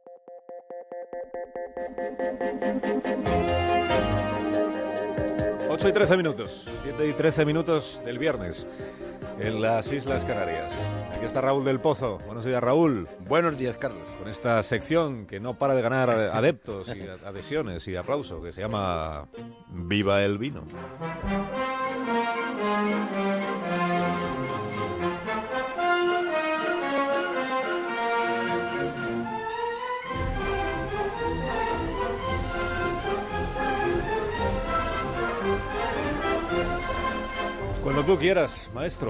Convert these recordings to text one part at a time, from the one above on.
Ocho y 13 minutos, 7 y 13 minutos del viernes en las Islas Canarias. Aquí está Raúl del Pozo. Buenos días, Raúl. Buenos días, Carlos. Con esta sección que no para de ganar adeptos y adhesiones y aplausos, que se llama Viva el Vino. Cuando tú quieras, maestro.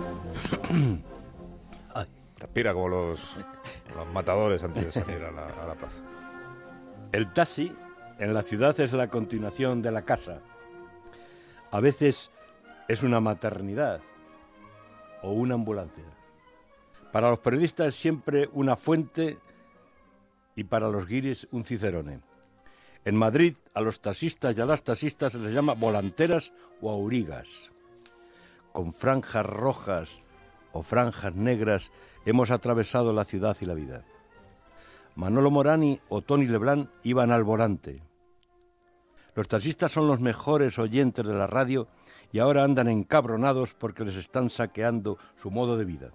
Respira como los matadores antes de salir a la plaza. El taxi en la ciudad es la continuación de la casa. A veces es una maternidad o una ambulancia. Para los periodistas es siempre una fuente y para los guiris un cicerone. En Madrid a los taxistas y a las taxistas se les llama volanteras o aurigas. Con franjas rojas o franjas negras hemos atravesado la ciudad y la vida. Manolo Morani o Tony Leblanc iban al volante. Los taxistas son los mejores oyentes de la radio y ahora andan encabronados porque les están saqueando su modo de vida.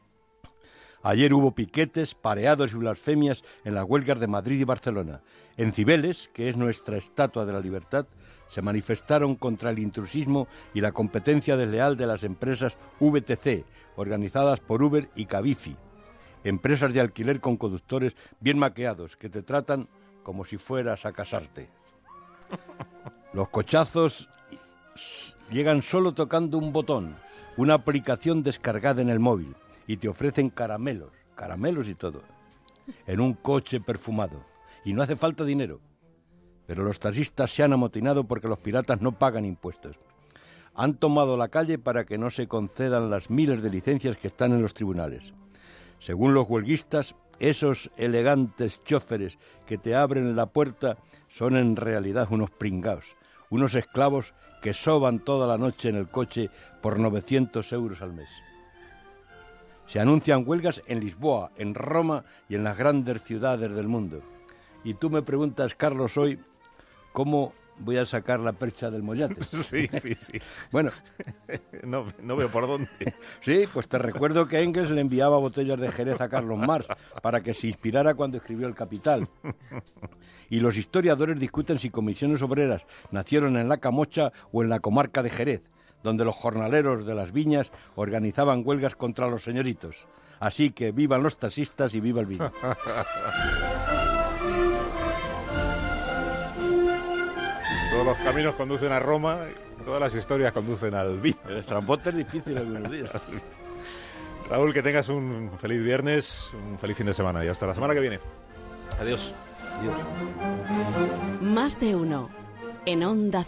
Ayer hubo piquetes, pareados y blasfemias en las huelgas de Madrid y Barcelona. En Cibeles, que es nuestra estatua de la libertad, se manifestaron contra el intrusismo y la competencia desleal de las empresas VTC, organizadas por Uber y Cabify, empresas de alquiler con conductores bien maqueados que te tratan como si fueras a casarte. Los cochazos llegan solo tocando un botón, una aplicación descargada en el móvil, y te ofrecen caramelos y todo, en un coche perfumado, y no hace falta dinero. Pero los taxistas se han amotinado porque los piratas no pagan impuestos. Han tomado la calle para que no se concedan las miles de licencias que están en los tribunales. Según los huelguistas, esos elegantes chóferes que te abren la puerta son en realidad unos pringaos, unos esclavos que soban toda la noche en el coche por 900 euros al mes. Se anuncian huelgas en Lisboa, en Roma y en las grandes ciudades del mundo. Y tú me preguntas, Carlos, hoy, ¿cómo voy a sacar la percha del mollate? Sí. Bueno. No veo por dónde. Sí, pues te recuerdo que Engels le enviaba botellas de Jerez a Carlos Marx para que se inspirara cuando escribió El Capital. Y los historiadores discuten si comisiones obreras nacieron en la Camocha o en la comarca de Jerez, donde los jornaleros de las viñas organizaban huelgas contra los señoritos. Así que vivan los taxistas y viva el vino. Todos los caminos conducen a Roma, todas las historias conducen al vino. El estrambote es difícil algunos días. Raúl, que tengas un feliz viernes, un feliz fin de semana y hasta la semana que viene. Adiós. Adiós. Más de uno en Onda